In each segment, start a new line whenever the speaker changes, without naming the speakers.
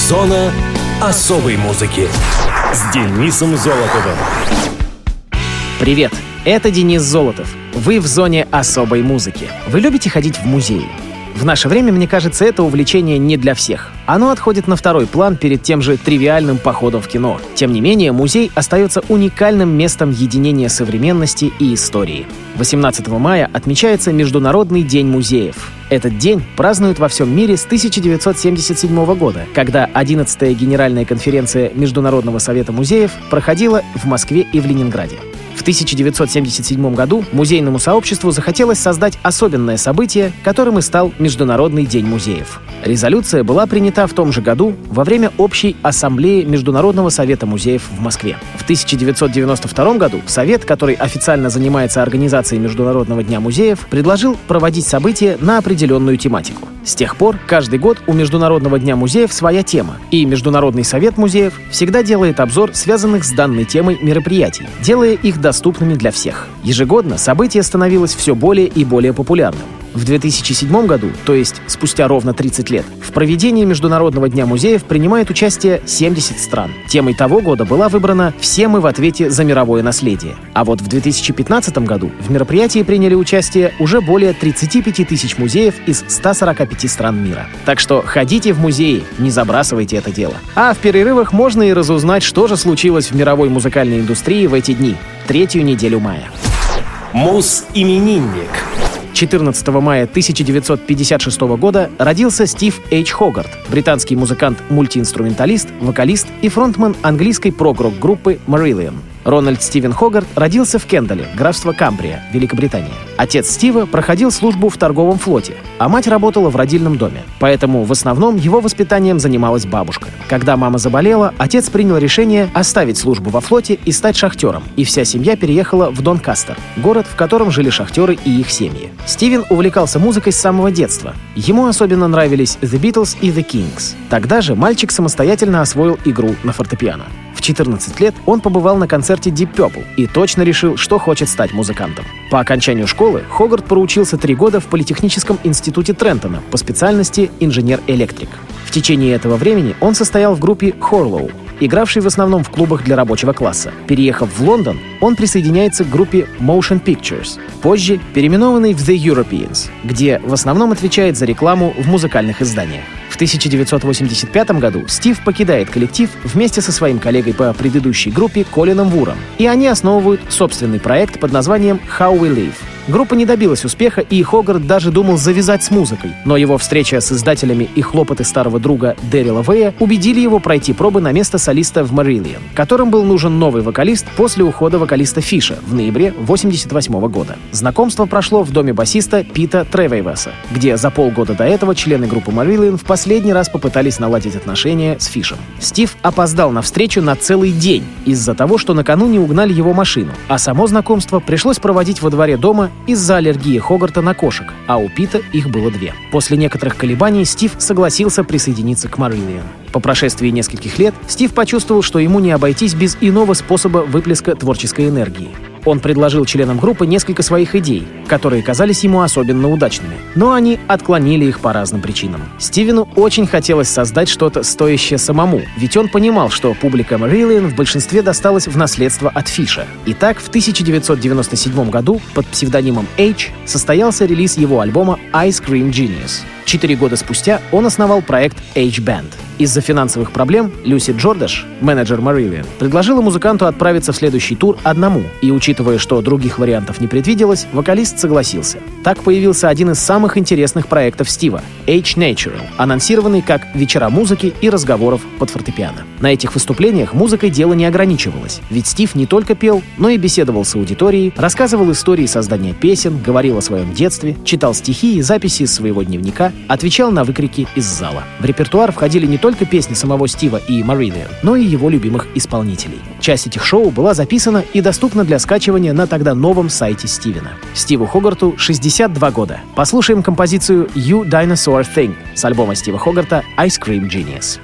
Зона особой музыки с Денисом Золотовым.
Привет, это Денис Золотов. Вы в зоне особой музыки. Вы любите ходить в музеи? В наше время, мне кажется, это увлечение не для всех. Оно отходит на второй план перед тем же тривиальным походом в кино. Тем не менее, музей остается уникальным местом единения современности и истории. 18 мая отмечается Международный день музеев. Этот день празднуют во всем мире с 1977 года, когда 11-я Генеральная конференция Международного совета музеев проходила в Москве и в Ленинграде. В 1977 году музейному сообществу захотелось создать особенное событие, которым и стал Международный день музеев. Резолюция была принята в том же году во время общей ассамблеи Международного совета музеев в Москве. В 1992 году Совет, который официально занимается организацией Международного дня музеев, предложил проводить событие на определенную тематику. С тех пор каждый год у Международного дня музеев своя тема, и Международный совет музеев всегда делает обзор связанных с данной темой мероприятий, делая их доступными для всех. Ежегодно событие становилось все более и более популярным. В 2007 году, то есть спустя ровно 30 лет, в проведении Международного дня музеев принимает участие 70 стран. Темой того года была выбрана «Все мы в ответе за мировое наследие». А вот в 2015 году в мероприятии приняли участие уже более 35 тысяч музеев из 145 стран мира. Так что ходите в музеи, не забрасывайте это дело. А в перерывах можно и разузнать, что же случилось в мировой музыкальной индустрии в эти дни, третью неделю мая.
Муз-именинник.
14 мая 1956 года родился Стив Эйч Хогарт, британский музыкант-мультиинструменталист, вокалист и фронтмен английской прог-рок-группы Marillion. Рональд Стивен Хогарт родился в Кендале, графство Камбрия, Великобритания. Отец Стива проходил службу в торговом флоте, а мать работала в родильном доме. Поэтому в основном его воспитанием занималась бабушка. Когда мама заболела, отец принял решение оставить службу во флоте и стать шахтером, и вся семья переехала в Донкастер, город, в котором жили шахтеры и их семьи. Стивен увлекался музыкой с самого детства. Ему особенно нравились The Beatles и The Kings. Тогда же мальчик самостоятельно освоил игру на фортепиано. В 14 лет он побывал на концерте Deep Purple и точно решил, что хочет стать музыкантом. По окончанию школы Хогарт проучился 3 года в Политехническом институте Трентона по специальности инженер-электрик. В течение этого времени он состоял в группе Horlow, игравшей в основном в клубах для рабочего класса. Переехав в Лондон, он присоединяется к группе Motion Pictures, позже переименованной в The Europeans, где в основном отвечает за рекламу в музыкальных изданиях. В 1985 году Стив покидает коллектив вместе со своим коллегой по предыдущей группе Колином Вуром, и они основывают собственный проект под названием How We Live. Группа не добилась успеха, и Хогарт даже думал завязать с музыкой, но его встреча с издателями и хлопоты старого друга Дэрила Вэя убедили его пройти пробы на место солиста в Marillion, которым был нужен новый вокалист после ухода вокалиста Фиша в ноябре 1988 года. Знакомство прошло в доме басиста Пита Тревейвеса, где за полгода до этого члены группы Marillion в последний раз попытались наладить отношения с Фишем. Стив опоздал на встречу на целый день из-за того, что накануне угнали его машину, а само знакомство пришлось проводить во дворе дома из-за аллергии Хогарта на кошек, а у Пита их было 2. После некоторых колебаний Стив согласился присоединиться к Marillion. По прошествии нескольких лет Стив почувствовал, что ему не обойтись без иного способа выплеска творческой энергии. Он предложил членам группы несколько своих идей, которые казались ему особенно удачными, но они отклонили их по разным причинам. Стивену очень хотелось создать что-то стоящее самому, ведь он понимал, что публика Marillion в большинстве досталась в наследство от Фиша. Итак, в 1997 году под псевдонимом H состоялся релиз его альбома Ice Cream Genius. 4 года спустя он основал проект H-Band. Из-за финансовых проблем Люси Джордаш, менеджер Marillion, предложила музыканту отправиться в следующий тур одному, и, учитывая, что других вариантов не предвиделось, вокалист согласился. Так появился один из самых интересных проектов Стива — H-Natural, анонсированный как вечера музыки и разговоров под фортепиано. На этих выступлениях музыкой дело не ограничивалось, ведь Стив не только пел, но и беседовал с аудиторией, рассказывал истории создания песен, говорил о своем детстве, читал стихи и записи из своего дневника, отвечал на выкрики из зала. В репертуар входили не только песни самого Стива и Marillion, но и его любимых исполнителей. Часть этих шоу была записана и доступна для скачивания на тогда новом сайте Стивена. Стиву Хогарту 62 года. Послушаем композицию You Dinosaur Thing с альбома Стива Хогарта Ice Cream Genius.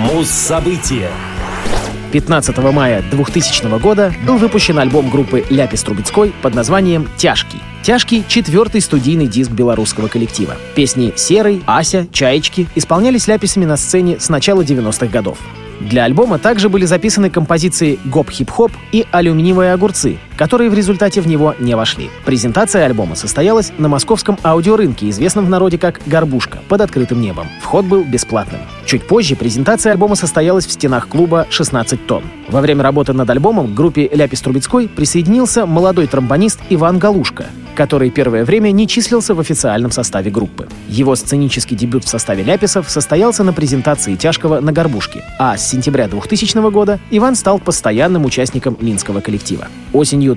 Муз-события.
15 мая 2000 года был выпущен альбом группы Ляпис Трубецкой под названием «Тяжкий». «Тяжкий» — 4-й студийный диск белорусского коллектива. Песни «Серый», «Ася», «Чаечки» исполнялись ляписами на сцене с начала 90-х годов. Для альбома также были записаны композиции «Гоп-хип-хоп» и «Алюминиевые огурцы», которые в результате в него не вошли. Презентация альбома состоялась на московском аудиорынке, известном в народе как «Горбушка», под открытым небом. Вход был бесплатным. Чуть позже презентация альбома состоялась в стенах клуба «16 тонн». Во время работы над альбомом к группе Ляпис Трубецкой присоединился молодой тромбонист Иван Галушка, который первое время не числился в официальном составе группы. Его сценический дебют в составе Ляписов состоялся на презентации Тяжкого на «Горбушке», а с сентября 2000 года Иван стал постоянным участником минского коллектива. Осенью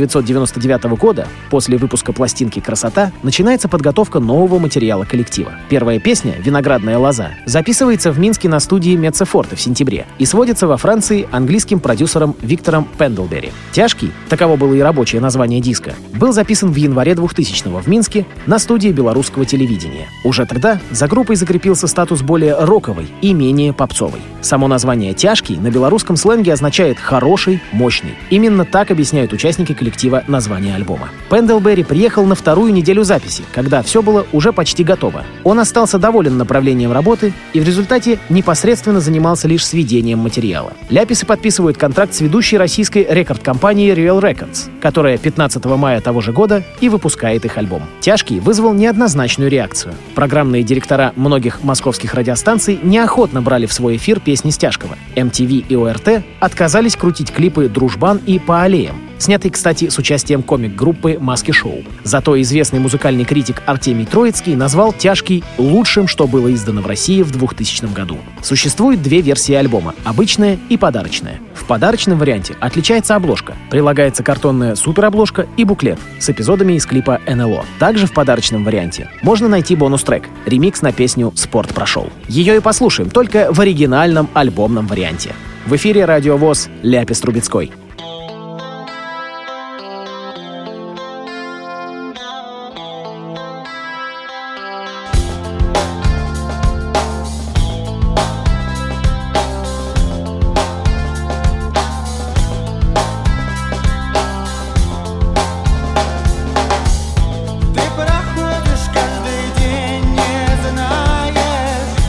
1999 года, после выпуска пластинки «Красота», начинается подготовка нового материала коллектива. Первая песня «Виноградная лоза» записывается в Минске на студии Меццефорте в сентябре и сводится во Франции английским продюсером Виктором Пендлбери. «Тяжкий», таково было и рабочее название диска, был записан в январе 2000-го в Минске на студии белорусского телевидения. Уже тогда за группой закрепился статус более роковой и менее попсовой. Само название «Тяжкий» на белорусском сленге означает «хороший», «мощный». Именно так объясняют участники коллектива название альбома. Пендлбери приехал на вторую неделю записи, когда все было уже почти готово. Он остался доволен направлением работы и в результате непосредственно занимался лишь сведением материала. Ляписы подписывают контракт с ведущей российской рекорд-компанией Real Records, которая 15 мая того же года и выпускает их альбом. «Тяжкий» вызвал неоднозначную реакцию. Программные директора многих московских радиостанций неохотно брали в свой эфир песни с Тяжкого. MTV и ОРТ отказались крутить клипы «Дружбан» и «По аллеям», снятый, кстати, с участием комик-группы «Маски-шоу». Зато известный музыкальный критик Артемий Троицкий назвал «Тяжкий» лучшим, что было издано в России в 2000 году. Существует две версии альбома — обычная и подарочная. В подарочном варианте отличается обложка. Прилагается картонная суперобложка и буклет с эпизодами из клипа НЛО. Также в подарочном варианте можно найти бонус-трек — ремикс на песню «Спорт прошел». Ее и послушаем, только в оригинальном альбомном варианте. В эфире Радио ВОС Ляпис Трубецкой.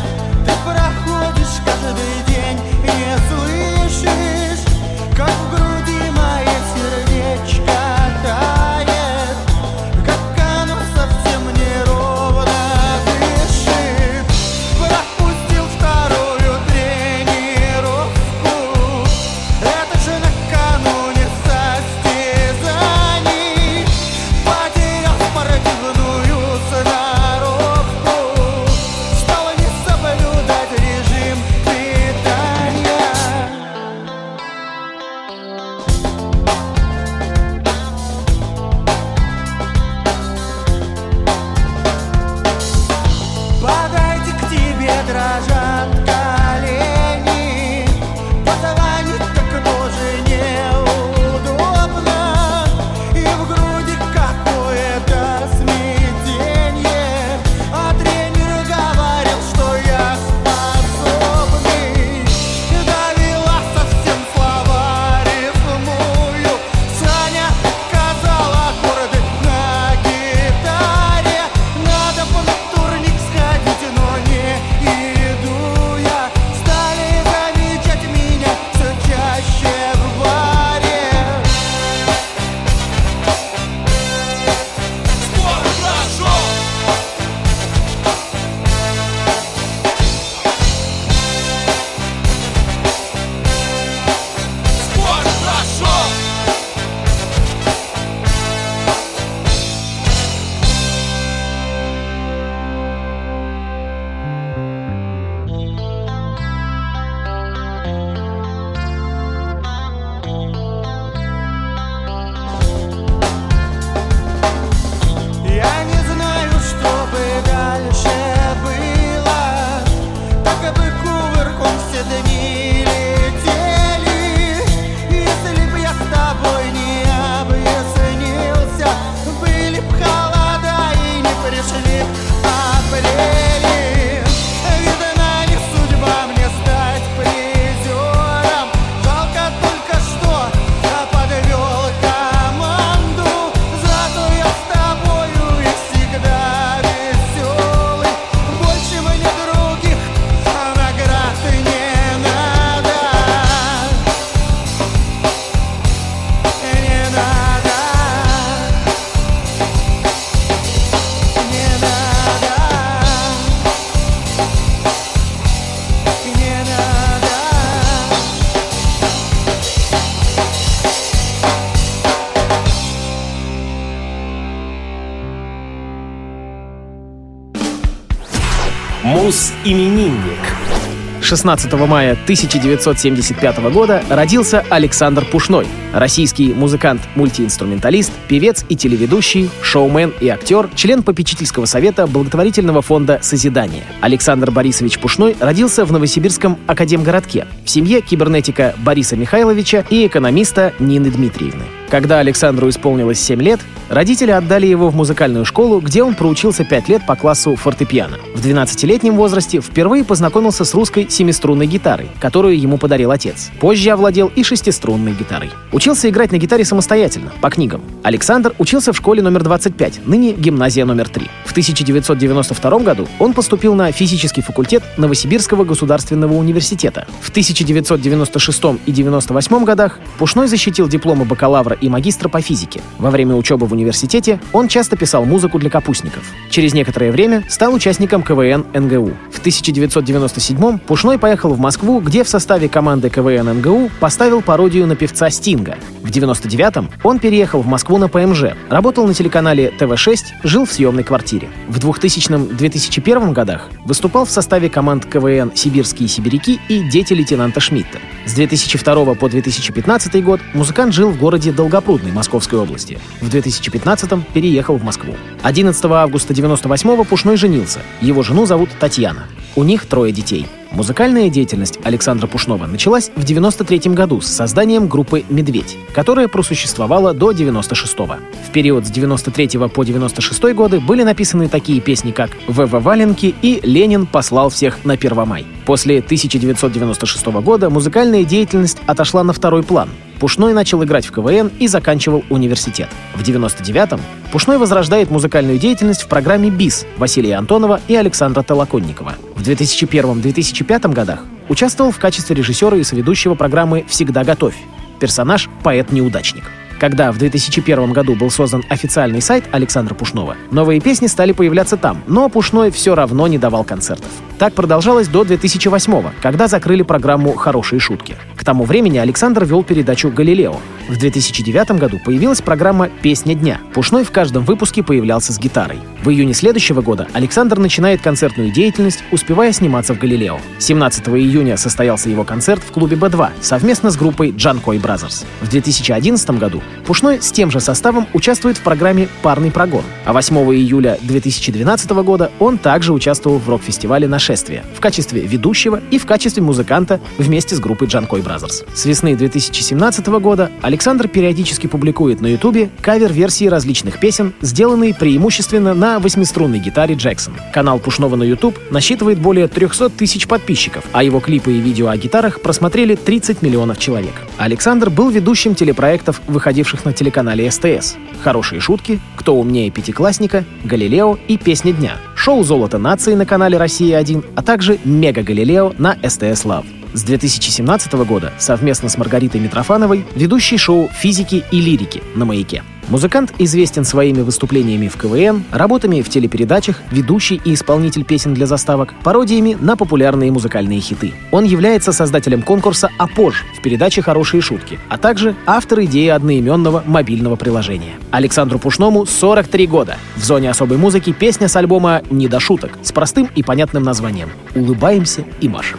Каждый день не слышишь, как в груди
Муз-именинник.
16 мая 1975 года родился Александр Пушной, российский музыкант-мультиинструменталист, певец и телеведущий, шоумен и актер, член попечительского совета благотворительного фонда «Созидание». Александр Борисович Пушной родился в Новосибирском академгородке в семье кибернетика Бориса Михайловича и экономиста Нины Дмитриевны. Когда Александру исполнилось 7 лет, родители отдали его в музыкальную школу, где он проучился 5 лет по классу фортепиано. В 12-летнем возрасте впервые познакомился с русской семиструнной гитарой, которую ему подарил отец. Позже овладел и шестиструнной гитарой. Учился играть на гитаре самостоятельно, по книгам. Александр учился в школе номер 25, ныне гимназия номер 3. В 1992 году он поступил на физический факультет Новосибирского государственного университета. В 1996 и 1998 годах Пушной защитил дипломы бакалавра и магистра по физике. Во время учебы в университете он часто писал музыку для капустников. Через некоторое время стал участником КВН НГУ. В 1997-м Пушной поехал в Москву, где в составе команды КВН НГУ поставил пародию на певца Стинга. В 1999-м он переехал в Москву на ПМЖ, работал на телеканале ТВ-6, жил в съемной квартире. В 2000-2001 годах выступал в составе команд КВН «Сибирские сибиряки» и «Дети лейтенанта Шмидта». С 2002 по 2015 год музыкант жил в городе Долгопрудный Московской области. В 2015-м переехал в Москву. 11 августа 1998-го Пушной женился. Его жену зовут Татьяна. У них 3 детей. Музыкальная деятельность Александра Пушного началась в 1993 году с созданием группы «Медведь», которая просуществовала до 1996-го. В период с 1993 по 1996 годы были написаны такие песни, как «ВВ Валенки» и «Ленин послал всех на Первомай». После 1996 года музыкальная деятельность отошла на второй план. Пушной начал играть в КВН и заканчивал университет. В 1999-м Пушной возрождает музыкальную деятельность в программе «БИС» Василия Антонова и Александра Толоконникова. В 2001-2005 годах участвовал в качестве режиссера и соведущего программы «Всегда готовь». Персонаж — поэт-неудачник. Когда в 2001 году был создан официальный сайт Александра Пушного, новые песни стали появляться там, но Пушной все равно не давал концертов. Так продолжалось до 2008-го, когда закрыли программу «Хорошие шутки». К тому времени Александр вел передачу «Галилео». В 2009 году появилась программа «Песня дня». Пушной в каждом выпуске появлялся с гитарой. В июне следующего года Александр начинает концертную деятельность, успевая сниматься в «Галилео». 17 июня состоялся его концерт в клубе «Б2» совместно с группой Джанкой Бразерс. В 2011 году Пушной с тем же составом участвует в программе «Парный прогон». А 8 июля 2012 года он также участвовал в рок-фестивале «Нашествие» в качестве ведущего и в качестве музыканта вместе с группой Джанкой Бразерс. С весны 2017 года Александр периодически публикует на Ютубе кавер-версии различных песен, сделанные преимущественно на 8-струнной гитаре Джексон. Канал Пушного на YouTube насчитывает более 300 тысяч подписчиков, а его клипы и видео о гитарах просмотрели 30 миллионов человек. Александр был ведущим телепроектов, выходивших на телеканале СТС: «Хорошие шутки», «Кто умнее пятиклассника», «Галилео» и «Песня дня», шоу «Золото нации» на канале «Россия-1», а также «Мега Галилео» на СТС Лав. С 2017 года совместно с Маргаритой Митрофановой ведущий шоу «Физики и лирики» на «Маяке». Музыкант известен своими выступлениями в КВН, работами в телепередачах, ведущий и исполнитель песен для заставок, пародиями на популярные музыкальные хиты. Он является создателем конкурса «Апож» в передаче «Хорошие шутки», а также автор идеи одноименного мобильного приложения. Александру Пушному 43 года. В зоне особой музыки песня с альбома «Не до шуток» с простым и понятным названием «Улыбаемся и машем».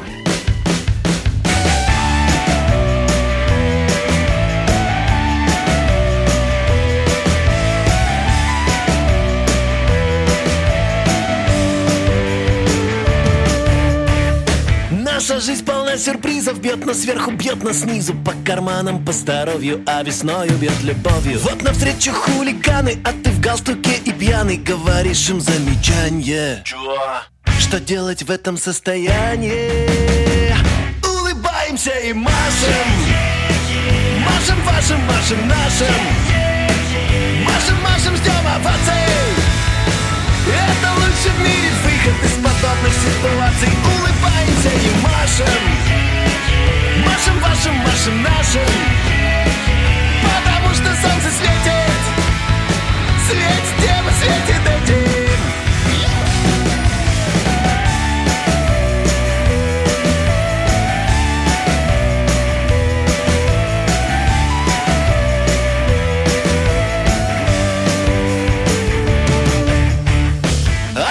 Наша жизнь полна сюрпризов, бьет нас сверху, бьет нас снизу, по карманам, по здоровью, а весною бьет любовью. Вот навстречу хулиганы, а ты в галстуке и пьяный, говоришь им замечание. Чего? Что делать в этом состоянии? Улыбаемся и машем, машем вашим, машем нашим, машем, машем, ждем оваций. Это лучший в мире выход из подобных ситуаций. Улыбаемся и машем, машем вашим, машем нашим, потому что солнце светит, светит небо, светит этим.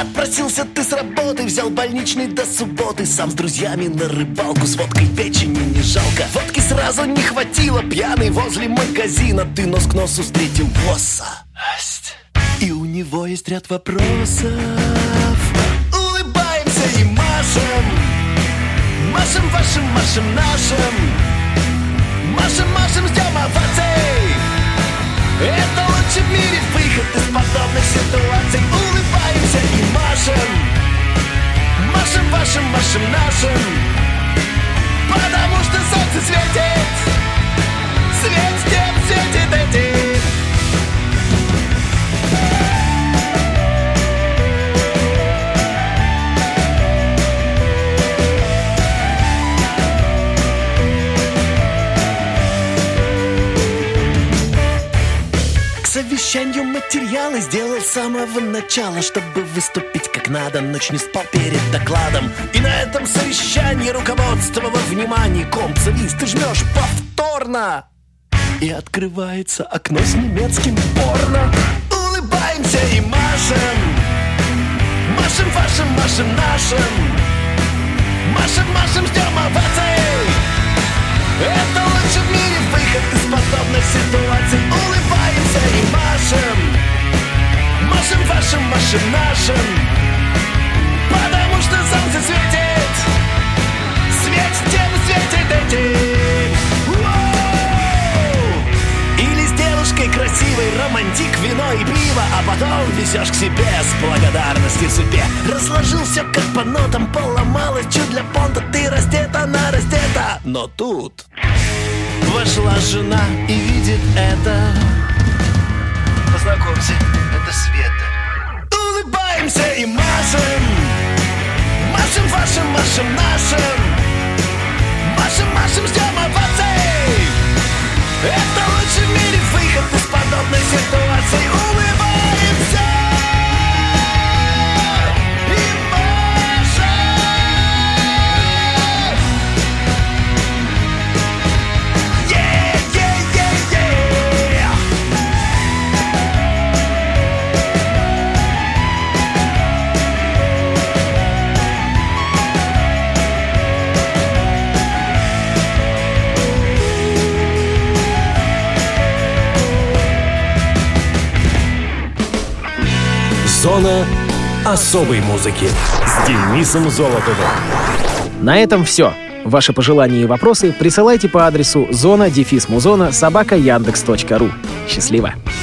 Отпросился ты с работы, взял больничный до субботы. Сам с друзьями на рыбалку, с водкой печени не жалко. Водки сразу не хватило, пьяный возле магазина. Ты нос к носу встретил босса, и у него есть ряд вопросов. Улыбаемся и машем, машем вашим, машем нашим, машем, машем, ждем оваций. Это лучший в мире выход из подобных ситуаций. Улыбаемся и машем, машем вашим, машем нашим, потому что солнце светит, светит, светит этим. Совещанию материалы сделал с самого начала, чтобы выступить как надо. Ночь не спал перед докладом. И на этом совещании руководство во внимании. Комп завис, ты жмешь повторно, и открывается окно с немецким порно. Улыбаемся и машем, машем вашим, машем нашим, машем, машем, ждем оваций. Это лучший в мире выход из подобных ситуаций. Улыбаемся и машем, машем вашим, машем нашим, потому что солнце светит, светит тем, светит этим. Или с девушкой красивой, романтик, вино и пиво, а потом везешь к себе с благодарностью судьбе. Разложил все как по нотам, поломалось чуть для понта. Ты раздета, она раздета, но тут вошла жена и видит это. Познакомься, это Света. Улыбаемся и машем, машем вашим, машем нашим, машем, машем, ждем оваций. Это лучший в мире выход из подобной ситуации. Улыбаемся и машем.
Зона особой музыки с Денисом Золотовым.
На этом все. Ваши пожелания и вопросы присылайте по адресу zona-muzona@yandex.ru. Счастливо!